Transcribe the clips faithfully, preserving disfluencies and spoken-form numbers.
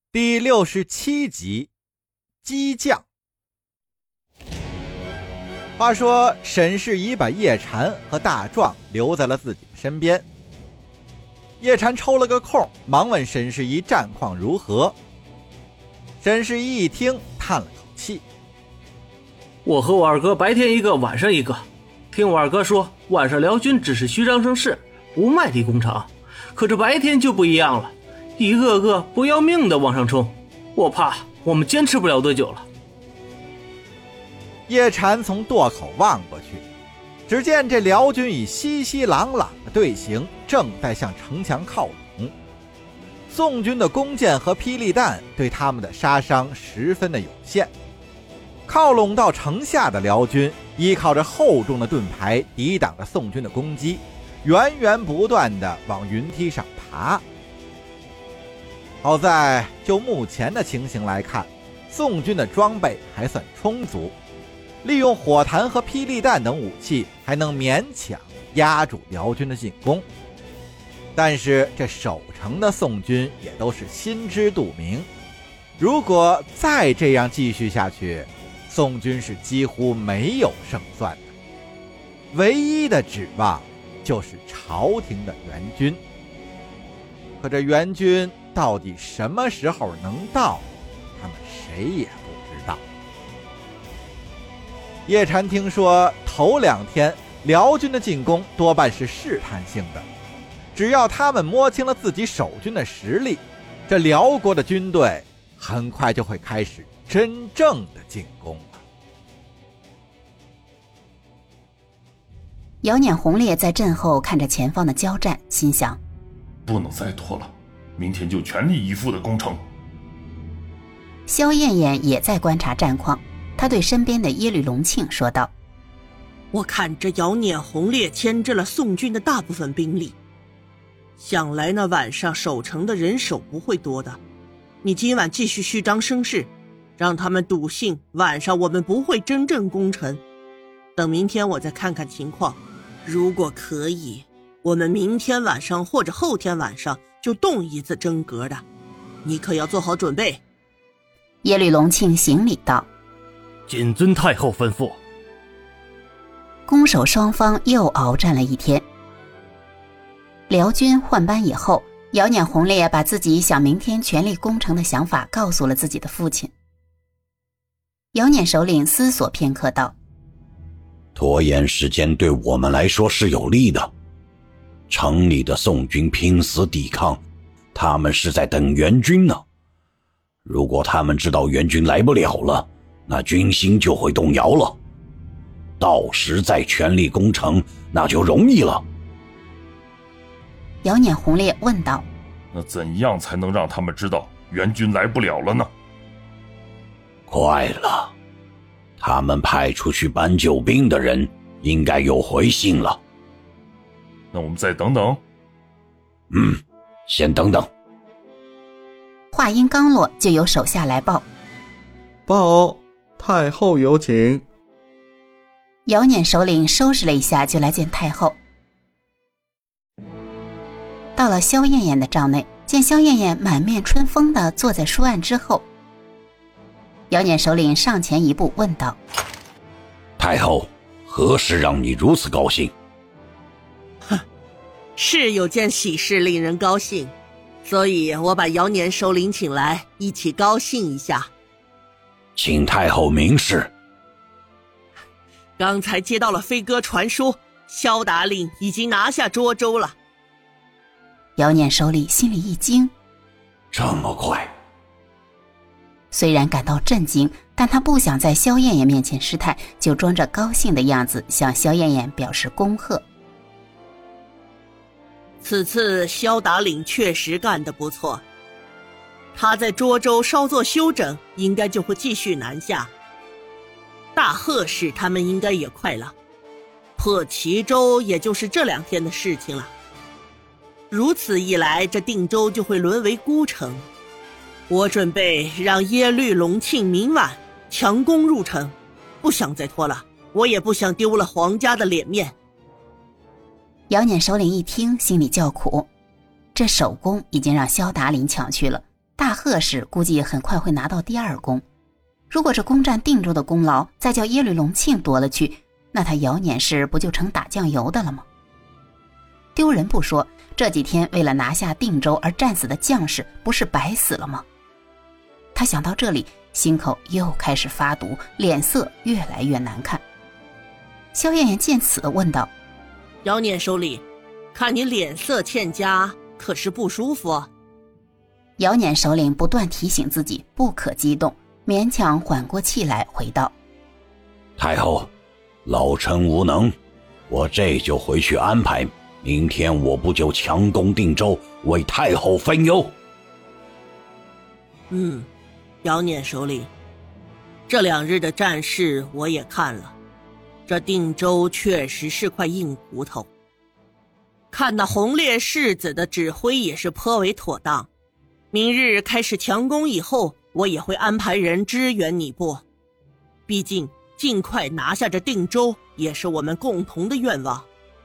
第六十七集，激将。话说沈世宜把叶禅和大壮留在了自己的身边。叶禅抽了个空，忙问沈世宜战况如何。沈世宜一听，叹了口气： 我和我二哥白天一个晚上一个，听我二哥说晚上辽军只是虚张声势，不卖地攻城，可这白天就不一样了，一个个不要命的往上冲，我怕我们坚持不了多久了。 叶禅从垛口望过去，只见这辽军以熙熙攘攘的队形正在向城墙靠拢，宋军的弓箭和霹雳弹对他们的杀伤十分的有限。靠拢到城下的辽军依靠着厚重的盾牌抵挡着宋军的攻击，源源不断地往云梯上爬。好在就目前的情形来看，宋军的装备还算充足，利用火弹和霹雳弹等武器还能勉强压住辽军的进攻。但是这守城的宋军也都是心知肚明，如果再这样继续下去，宋军是几乎没有胜算的，唯一的指望就是朝廷的援军。可这援军到底什么时候能到，他们谁也不知道。叶禅听说头两天辽军的进攻多半是试探性的，只要他们摸清了自己守军的实力，这辽国的军队很快就会开始真正的进攻了。 姚碾红烈在阵后看着前方的交战，心想： 不能再拖了，明天就全力以赴的攻城。 萧燕燕也在观察战况，他对身边的耶律隆庆说道： 我看这姚碾红烈牵制了宋军的大部分兵力，想来那晚上守城的人手不会多的，你今晚继续虚张声势，让他们笃信晚上我们不会真正攻城，等明天我再看看情况，如果可以，我们明天晚上或者后天晚上就动一次真格的，你可要做好准备。 耶律隆庆行礼道： 谨遵太后吩咐。 攻守双方又鏖战了一天。辽军换班以后，姚碾红烈把自己想明天全力攻城的想法告诉了自己的父亲。姚碾首领思索片刻道： 拖延时间对我们来说是有利的，城里的宋军拼死抵抗，他们是在等援军呢。如果他们知道援军来不了了，那军心就会动摇了，到时再全力攻城那就容易了。 姚碾红烈问道： 那怎样才能让他们知道援军来不了了呢？ 快了，他们派出去搬救兵的人应该有回信了。 那我们再等等。 嗯，先等等。 话音刚落，就有手下来报： 报，太后有请。 姚碾首领收拾了一下，就来见太后。到了萧燕燕的帐内，见萧燕燕满面春风地坐在书案之后，姚碾首领上前一步问道： 太后，何时让你如此高兴？ 哼，是有件喜事令人高兴，所以我把姚碾首领请来，一起高兴一下。 请太后明示。 刚才接到了飞鸽传书，萧达令已经拿下涿州了。 姚碾首领心里一惊， 这么快？ 虽然感到震惊，但他不想在萧燕燕面前失态，就装着高兴的样子向萧燕燕表示恭贺。 此次萧达领确实干得不错，他在涿州稍作休整，应该就会继续南下。大贺氏他们应该也快了，破齐州也就是这两天的事情了。如此一来，这定州就会沦为孤城。我准备让耶律隆庆明晚强攻入城，不想再拖了，我也不想丢了皇家的脸面。 姚碾首领一听，心里叫苦，这首功已经让萧达林抢去了， 大贺氏估计很快会拿到第二功。如果这攻占定州的功劳再叫耶律隆庆夺了去，那他姚碾氏不就成打酱油的了吗？丢人不说，这几天为了拿下定州而战死的将士不是白死了吗？他想到这里，心口又开始发毒，脸色越来越难看。萧燕燕见此问道： 姚碾首领，看你脸色欠佳，可是不舒服？ 姚碾首领不断提醒自己不可激动，勉强缓过气来回道： 太后，老臣无能，我这就回去安排，明天我不就强攻定州，为太后分忧。 嗯，姚碾首领，这两日的战事我也看了，这定州确实是块硬骨头。看那红烈世子的指挥也是颇为妥当，明日开始强攻以后，我也会安排人支援你部。毕竟尽快拿下这定州也是我们共同的愿望。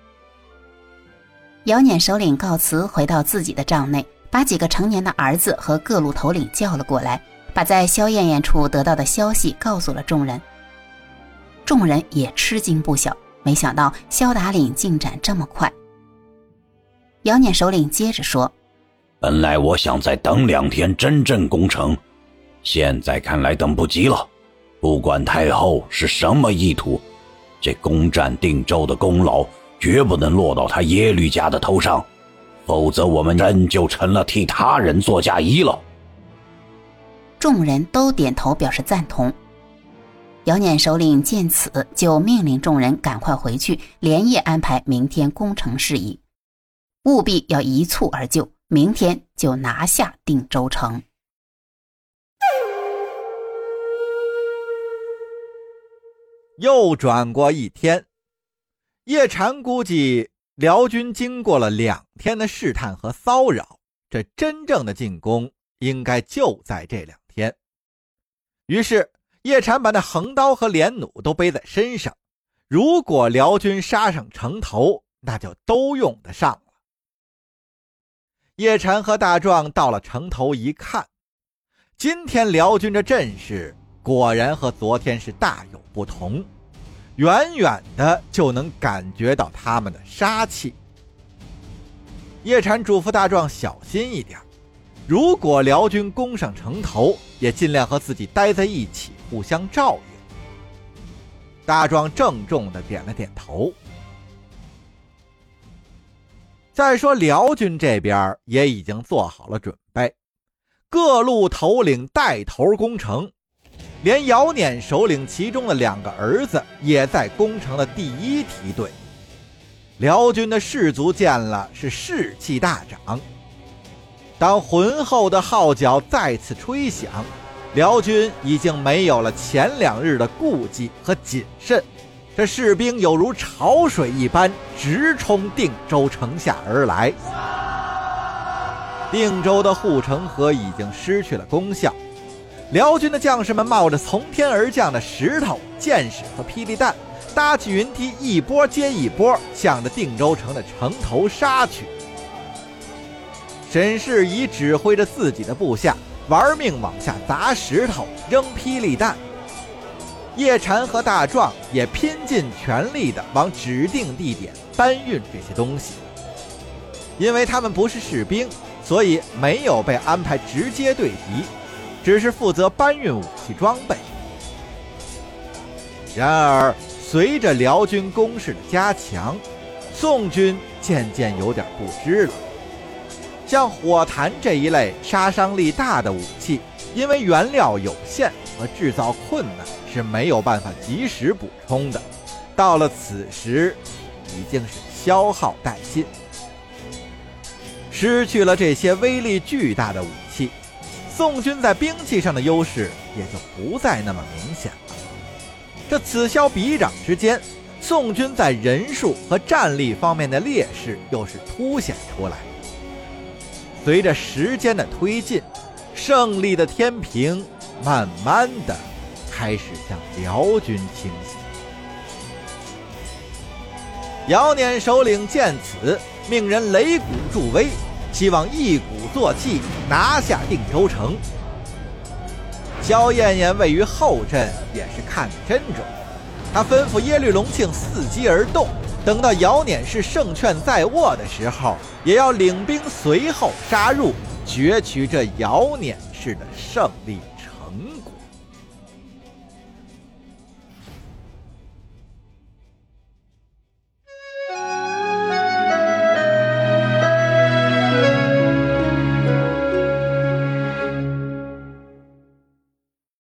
姚碾首领告辞，回到自己的帐内，把几个成年的儿子和各路头领叫了过来，把在萧燕燕处得到的消息告诉了众人。众人也吃惊不小，没想到萧达领进展这么快。姚碾首领接着说： 本来我想再等两天真正攻城，现在看来等不及了。不管太后是什么意图，这攻占定州的功劳绝不能落到他耶律家的头上，否则我们真就成了替他人做嫁衣了。 众人都点头表示赞同。姚碾首领见此，就命令众人赶快回去，连夜安排明天攻城事宜，务必要一蹴而就，明天就拿下定州城。 又转过一天，叶禅估计辽军经过了两天的试探和骚扰，这真正的进攻应该就在这两天。于是叶禅把那横刀和连弩都背在身上，如果辽军杀上城头，那就都用得上了。叶禅和大壮到了城头一看，今天辽军的阵势果然和昨天是大有不同，远远的就能感觉到他们的杀气。叶禅嘱咐大壮小心一点，如果辽军攻上城头，也尽量和自己待在一起，互相照应。大壮郑重地点了点头。再说辽军这边也已经做好了准备，各路头领带头攻城，连姚碾首领其中的两个儿子也在攻城的第一梯队。辽军的士卒见了是士气大涨。当浑厚的号角再次吹响，辽军已经没有了前两日的顾忌和谨慎，这士兵有如潮水一般直冲定州城下而来。定州的护城河已经失去了功效，辽军的将士们冒着从天而降的石头、箭矢和霹雳弹，搭起云梯，一波接一波向着定州城的城头杀去。沈世仪指挥着自己的部下玩命往下砸石头、扔霹雳弹，叶禅和大壮也拼尽全力地往指定地点搬运这些东西。因为他们不是士兵，所以没有被安排直接对敌，只是负责搬运武器装备。然而随着辽军攻势的加强，宋军渐渐有点不支了。像火弹这一类杀伤力大的武器，因为原料有限和制造困难，是没有办法及时补充的，到了此时已经是消耗殆尽。失去了这些威力巨大的武器，宋军在兵器上的优势也就不再那么明显了。这此消彼长之间，宋军在人数和战力方面的劣势又是凸显出来。随着时间的推进，胜利的天平慢慢的开始向辽军倾斜。姚碾首领见此，命人擂鼓助威， 希望一鼓作气拿下定州城。萧燕燕位于后阵，也是看得真准。他吩咐耶律隆庆伺机而动，等到姚辇氏胜券在握的时候，也要领兵随后杀入，攫取这姚辇氏的胜利成果。